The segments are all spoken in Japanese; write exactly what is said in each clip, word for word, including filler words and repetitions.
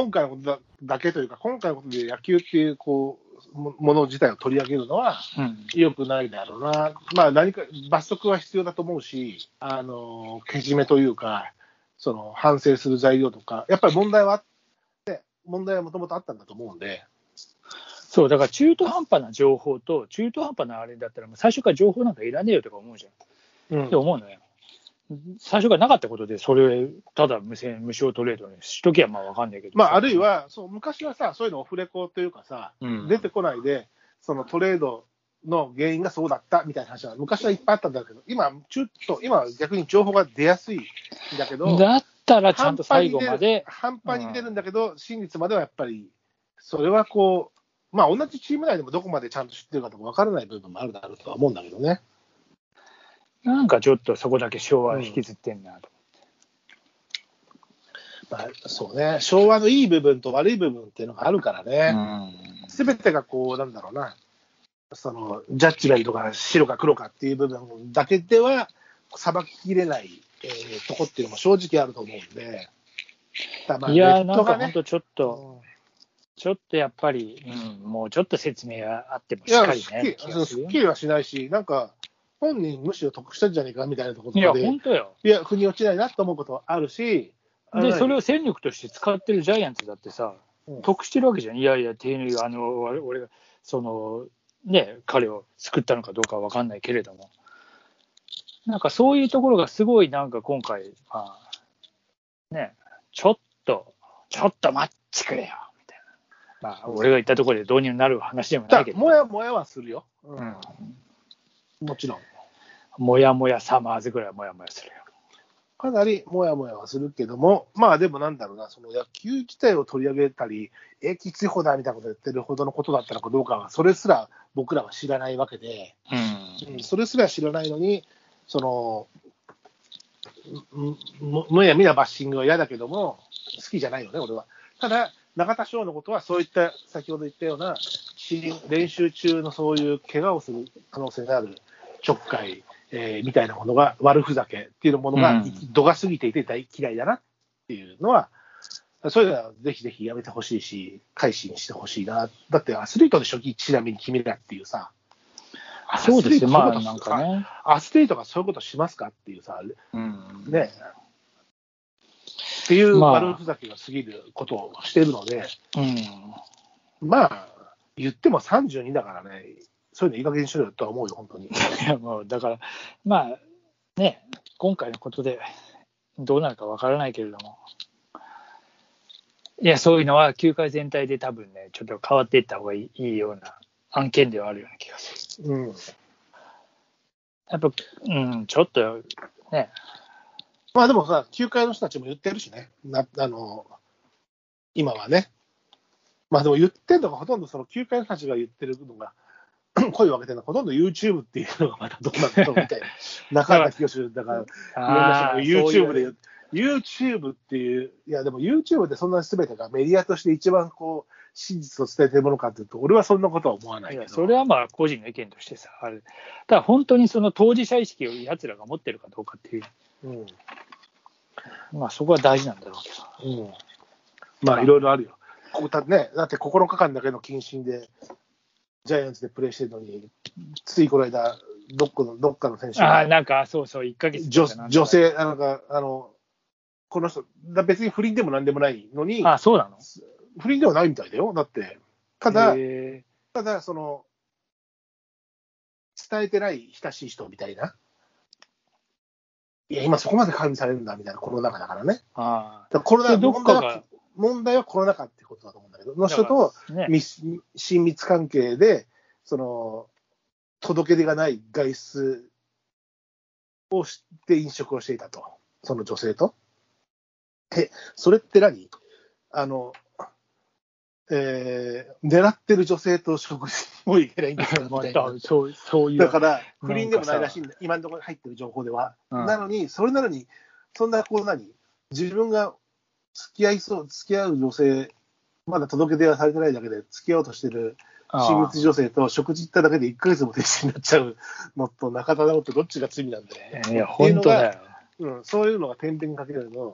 今回のこと だ, だけというか、今回のことで野球っていうこうももの自体を取り上げるのは良くないだろうな、うん、まあ、何か罰則は必要だと思うし、あのけじめというか、その反省する材料とか、やっぱり問題はあって、問題はもともとあったんだと思うんで。 そうだから中途半端な情報と、中途半端なあれだったら、最初から情報なんかいらねえよとか思うじゃん、うん、って思うのよ。最初からなかったことで、それただ無線無償トレードにしときゃまあ分かんないけど、 まあ、あるいはそう昔はさ、そういうのオフレコというかさ、うん、出てこないで、そのトレードの原因がそうだったみたいな話は昔はいっぱいあったんだけど、今、ちょっと今は逆に情報が出やすいんだけど、 だったらちゃんと最後まで半端に出るんだけど、うん、真実まではやっぱり、それはこう、まあ、同じチーム内でもどこまでちゃんと知ってるかとか分からない部分もあるだろうとは思うんだけどね。 なんかちょっとそこだけ昭和引きずってんなと、 うんまあ、そうね、昭和のいい部分と悪い部分っていうのがあるからね、すべ、うん、てがこう、なんだろうな、そのジャッジメントが白か黒かっていう部分だけではさばききれない、えー、とこっていうのも正直あると思うんで、 まあ、いや、なんか本当ちょっと、うんちょっとやっぱり、うん、もうちょっと説明があってもしっかりね。 いや、すっきりはしないし、なんか、本人むしろ得したんじゃないかみたいなところで、 いや、本当よ。 いや、腑に落ちないなと思うことはあるし、 で、それを戦力として使ってるジャイアンツだってさ、うん、得してるわけじゃん。いやいや、丁寧に、あの、俺が、その、ね、彼を救ったのかどうかは分かんないけれども、なんかそういうところがすごい、なんか今回、まあ、ね、ちょっと、ちょっと待ってくれよ。まあ、俺が言ったところで導入になる話でもないけど、 もやもやはするよ、うん、もちろん。 もやもやサマーズぐらいはもやもやするよ。 かなりもやもやはするけども、まあでもなんだろうな、その野球自体を取り上げたり、え、きついほだみたいなことを言ってるほどのことだったのかどうかは、それすら僕らは知らないわけで、うんうん、それすら知らないのに、その、むやみなバッシングは嫌だけども、好きじゃないよね、俺は。ただ中田翔のことはそういった先ほど言ったような練習中のそういう怪我をする可能性があるちょっかい、えー、みたいなものが悪ふざけっていうものが、うん、度が過ぎていて大嫌いだなっていうのは、そういうのはぜひぜひやめてほしいし改心してほしいな。だってアスリートで初期ちなみに決めるっていうさ、 そうですよ、まあなんかね、 アスリートがそういうことしますかっていうさ、うん、ねっていう悪ふざけが過ぎることをしているので、まあ、うん、まあ、言ってもさんじゅうにだからね、そういうのいい加減にしろよとは思うよ、本当に。いやもうだから、まあね、今回のことでどうなるかわからないけれども、いや、そういうのは球界全体で多分ね、ちょっと変わっていった方がいいような案件ではあるような気がする。うん、やっぱ、うん、ちょっとね。 まあでもさ、球界の人たちも言ってるしね、なあの今はね。まあでも言ってるのがほとんどその球界の人たちが言ってるのが、声を上げてるのはほとんど YouTube っていうのがまたどうなんだろうみたいな、中田清だから、いろんな人が YouTube で言う。YouTube っていう、いやでも YouTube でそんな全てがメディアとして一番こう真実を伝えてるものかというと、俺はそんなことは思わないけど。いや、 それはまあ個人の意見としてさ、あれただ本当にその当事者意識をやつらが持ってるかどうかっていう、うん、まあそこは大事なんだろうけど、うん、 まあいろいろあるよ。ここだね、だってここのかかんだけの謹慎でジャイアンツでプレーしてるのに、ついこの間どっかのどっかの選手が、 あなんかそうそういっかげつ女女性なんかあのこの人別に不倫でもなんでもないのに、 あそうなの？ 不倫ではないみたいだよ。だってただただその伝えてない親しい人みたいな。いや今そこまで管理されるんだみたいなコロナ禍だからね。あだからコロナ問題は問題はコロナ禍ってことだと思うんだけど、の人と、ね、親密関係でその届け出がない外出をして飲食をしていたと、その女性と。え、それって何？あの、えー、狙ってる女性と食事もいけないんですかみたいな。 そう、そういう。 だから、不倫でもないらしいんだ、今のところ入ってる情報では。うん、なのに、それなのに、そんな、こう何、自分が付き合いそう、付き合う女性、まだ届け出はされてないだけで、付き合おうとしてる親密女性と食事行っただけでいっかげつも停止になっちゃうのと、仲忠夫ってどっちが罪なんだよね。 いや、本当だよ。 うん、そういうのが天秤にかけるの。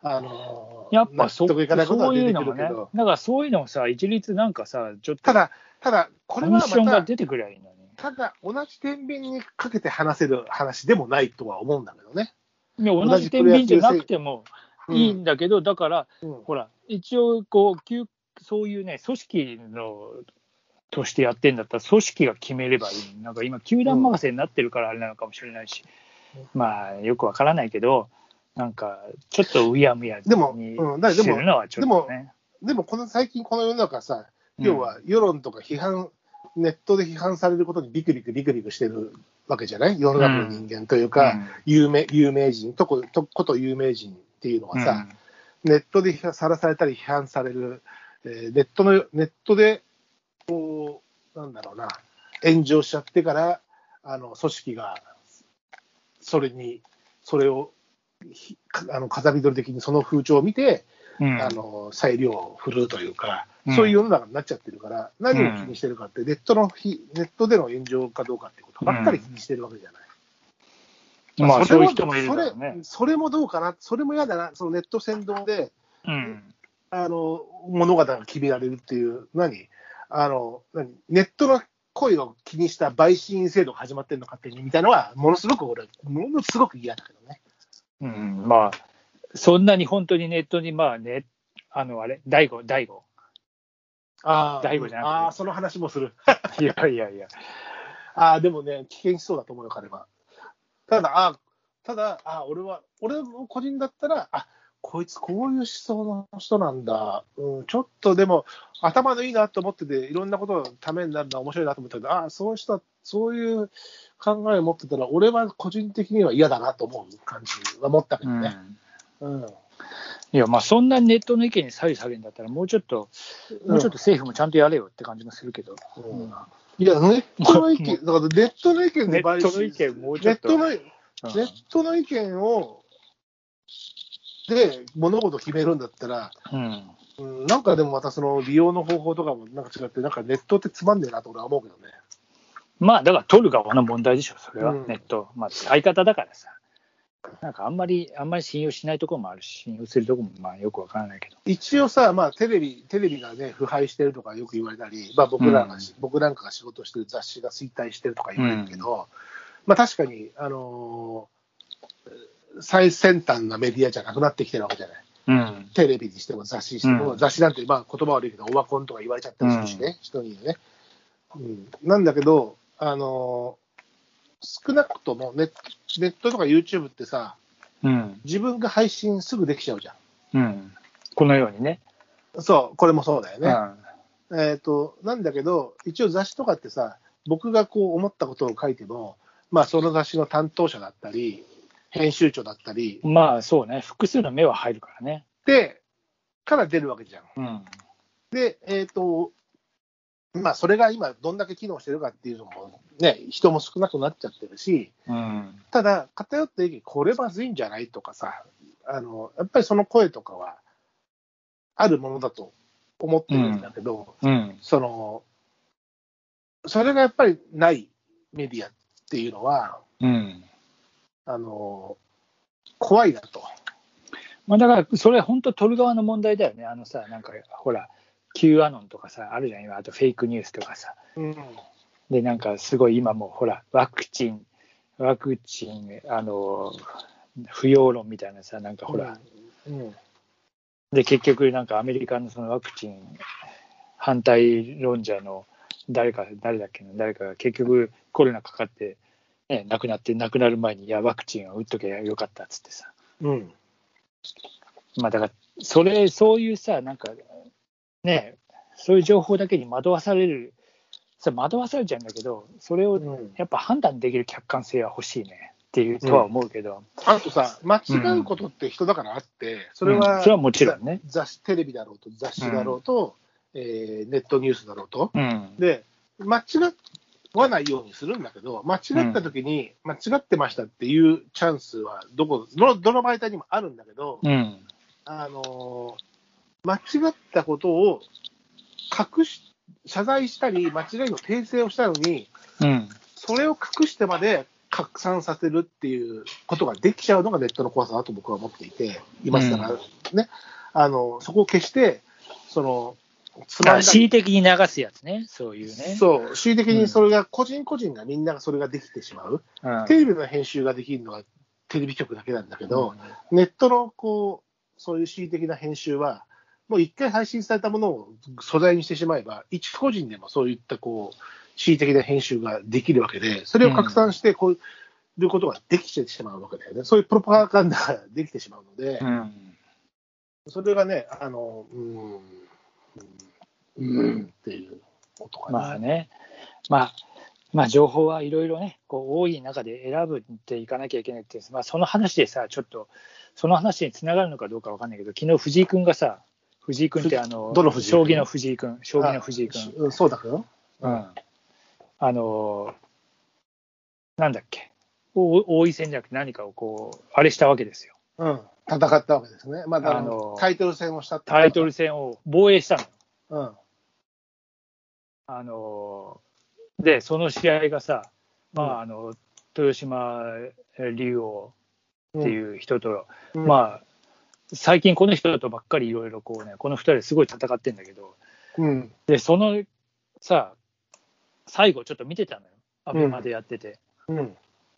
あのやっぱそ納得いかないことはそう出ていうのもね、 くるけど、 だからそういうのもさ、一律なんかさ、ちょっとただ、ただ、これコミッはまた、 ションが出てくりゃいいのに。 ただ、同じ天秤にかけて話せる話でもないとは思うんだけどね。 いや同同じプロ野じ天秤じゃ球選なくてもいいんだけど、だから、 うん、 ほら、一応こう、球そういうね、組織のとしてやってんだったら、組織が決めればいい。なんか今、球団任せになってるからあれなのかもしれないし、うん、まあ、よくわからないけど、なんか、ちょっとうやむやにでも、うん、だするのはちょっとね。 でも、でもこの最近この世の中さ、要は世論とか批判、うん、ネットで批判されることにビクビクビクビクしてるわけじゃない世の中の人間というか、うん、有名有名人、とこ、とこと有名人っていうのはさ、うん、ネットでさらされたり批判される、えー、ネットの、ネットで、こう、なんだろうな、炎上しちゃってから、あの、組織が、それに、それを、あの風見鶏的にその風潮を見て、うん、あの裁量を振るうというか、うん、そういう世の中になっちゃってるから、何を気にしてるかって、ネットのネットでの炎上かどうかっていうことばっかり気にしてるわけじゃない。 うん、まあ、そういう人もいるからね。 それ、それもどうかな、それも嫌だな、そのネット先導で、うん、あの物語が決められるっていう、何あの何ネットの声を気にした陪審員制度が始まってるのかってみたいなのは、ものすごく俺、ものすごく嫌だけどね。 うん、まあ、そんなに本当にネットに、まあね、あの、あれ、大悟、大悟。 ああ、 大悟じゃなくて。 ああ、その話もする。 いやいやいや。 ああ、でもね、危険しそうだと思うよ、彼は。ただ、あただ、あ俺は、俺の個人だったら、あこいつこういう思想の人なんだ、うん、ちょっとでも、頭のいいなと思ってて、いろんなことのためになるのは面白いなと思ったけど、あそういう人は、そういう考えを持ってたら、俺は個人的には嫌だなと思う感じは持ったけどね。うんうん、 いや、まあ、そんなネットの意見に左右されるんだったら、もうちょっと、もうちょっと政府もちゃんとやれよって感じもするけど。 うんうん、いや、ネットの意見、だからネットの意見で買収、ネットの意見、もうちょっと。 ネットの、うん、ネットの意見を、で物事を決めるんだったら、うんうん、なんかでもまたその利用の方法とかもなんか違って、なんかネットってつまんねえなと俺は思うけどね。 まあ、だから取る側の問題でしょ、それは、うん、ネット。まあ、使い方だからさ。なんかあんまり、あんまり信用しないところもあるし、信用するところもまあよくわからないけど。 一応さ、まあ、テレビ、テレビがね、腐敗してるとかよく言われたり、まあ、僕らが、うん、僕なんかが仕事してる雑誌が衰退してるとか言われるけど、うん、まあ確かに、あのー、最先端なメディアじゃなくなってきてるわけじゃない。うん、テレビにしても雑誌にしても、うん、雑誌なんて、まあ言葉悪いけど、オワコンとか言われちゃったりするしね、うん、人にね、うん。なんだけど、あのー、少なくともネット、ネットとか YouTube ってさ、うん、自分が配信すぐできちゃうじゃん。 うん、このようにね。 そう、これもそうだよね。うん、えっと、なんだけど、一応雑誌とかってさ、僕がこう思ったことを書いても、まあその雑誌の担当者だったり、編集長だったり。 まあそうね、複数の目は入るからね。 で、から出るわけじゃん。 うん、 で、えっと、まあそれが今どんだけ機能してるかっていうのもね、人も少なくなっちゃってるし、うん、ただ偏った意見、これまずいんじゃないとかさ、あの、やっぱりその声とかはあるものだと思ってるんだけど、うんうん、その、それがやっぱりないメディアっていうのは、うん、あの、怖いなと。 まあ、だから、それ本当取る側の問題だよね。あのさ、なんか、ほら、Q アノンとかさ、あるじゃん、今、あとフェイクニュースとかさ。うん、で、なんか、すごい今も、ほら、ワクチン、ワクチン、あの、不要論みたいなさ、なんかほら、うんうん、で、結局、なんかアメリカのそのワクチン反対論者の誰か、誰だっけな、誰かが結局コロナかかって、ね、亡くなって、亡くなる前に、いや、ワクチンを打っとけばよかったっつってさ。うん。まあ、だから、それ、そういうさ、なんか、ね、そういう情報だけに惑わされる、さ惑わされちゃうんだけど、それをやっぱ判断できる客観性は欲しいねっていうとは思うけど。 うん、あとさ、間違うことって人だからあって、うん、それは、 うん、それはもちろんね。 雑誌、テレビだろうと、雑誌だろうと、うん、えー、ネットニュースだろうと。うん、で、間違わないようにするんだけど、間違った時に、間違ってましたっていうチャンスはどこ、ど, どの媒体にもあるんだけど、うん、あの間違ったことを隠し謝罪したり間違いの訂正をしたのに、うん、それを隠してまで拡散させるっていうことができちゃうのがネットの怖さだと僕は思っていて、今更ね、うん、あのそこを決して、そのつまん恣意的に流すやつね、そういうね。 そう、恣意的にそれが、個人個人がみんながそれができてしまう、うん、テレビの編集ができるのはテレビ局だけなんだけど、うん、ネットのこうそういう恣意的な編集は、もう一回配信されたものを素材にしてしまえば、一個人でもそういったこう恣意的な編集ができるわけで、それを拡散してこういうことができてしまうわけだよね。そういうプロパガンダができてしまうので、うん、それがね、あの、うん、うん、っていうことかな。 まあね、まあ、まあ、情報はいろいろね、こう多い中で選ぶっていかなきゃいけないっていう、まあ、その話でさ、ちょっと、その話につながるのかどうかわかんないけど、昨日藤井君がさ、藤井君ってあの、 どの藤井将棋の藤井君、将棋の藤井君。 うん、そうだけど、 うん。あの、なんだっけ、王位戦じゃなくて何かをこう、あれしたわけですよ。 うん、戦ったわけですね。まあ、あのタイトル戦をしたってタイトル戦を防衛したの。 うん。 あの、で、その試合がさ、まあ、あの、豊島竜王っていう人と、うん、まあ、最近この人とばっかりいろいろこうね、このふたりですごい戦ってんだけど、 うん、 で、そのさ、最後ちょっと見てたのよ。アベマでやってて。 うんうん、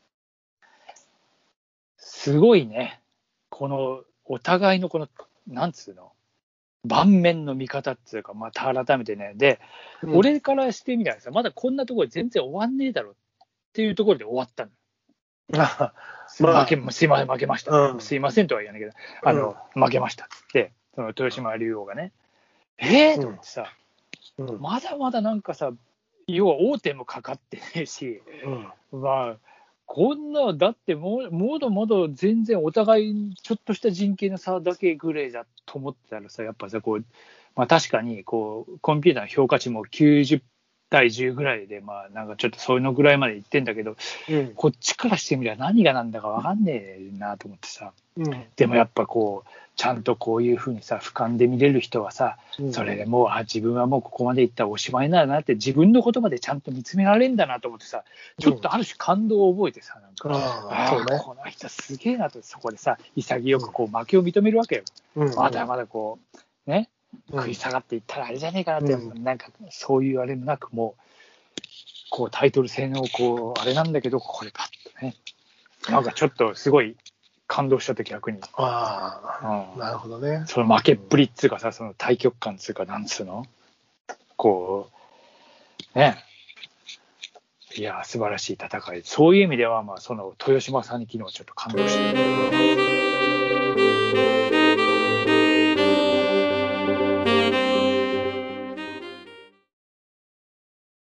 すごいね。この、お互いのこの、なんつうの、盤面の見方っていうか、また改めてね。で、うん、俺からしてみたらさ、まだこんなところで全然終わんねえだろっていうところで終わったの。 あまあ、負けすいません、負けました、 うん。 すいませんとは言わないけど、あの、うん、負けましたっつって、その豊島竜王がね、えーと思ってさ、うん、まだまだなんかさ、要は王手もかかってねえし、うん、まあ、こんな、だってもう、もだまだ全然お互いちょっとした人権の差だけぐらいだと思ってたらさ、やっぱさ、こう、まあ確かに、こう、コンピューターの評価値もきゅうじゅうたいじゅうぐらいで、まあなんかちょっとそういうのぐらいまでいってんだけど、うん、こっちからしてみれば何がなんだか分かんねえなと思ってさ、うん、でもやっぱこう、ちゃんとこういうふうにさ、俯瞰で見れる人はさ、うん、それでもう、あ、自分はもうここまでいったらおしまいなんだなって、自分の言葉でちゃんと見つめられるんだなと思ってさ、ちょっとある種感動を覚えてさ、なんか、うん、ああ、ね、この人すげえなと、そこでさ、潔くこう負けを認めるわけよ。うん、まだまだこう、ね、食い下がっていったらあれじゃねえかなって、うん、なんかそういうあれもなく、もう、こうタイトル戦をこう、あれなんだけど、ここでパッとね、なんかちょっとすごい、感動しちゃって逆に。 ああ、うん、なるほどね。 その負けっぷりっつうかさ、その対局感っつうか、なんつうのこう、ね。いや、素晴らしい戦い。そういう意味では、まあ、その、豊島さんに昨日ちょっと感動してる。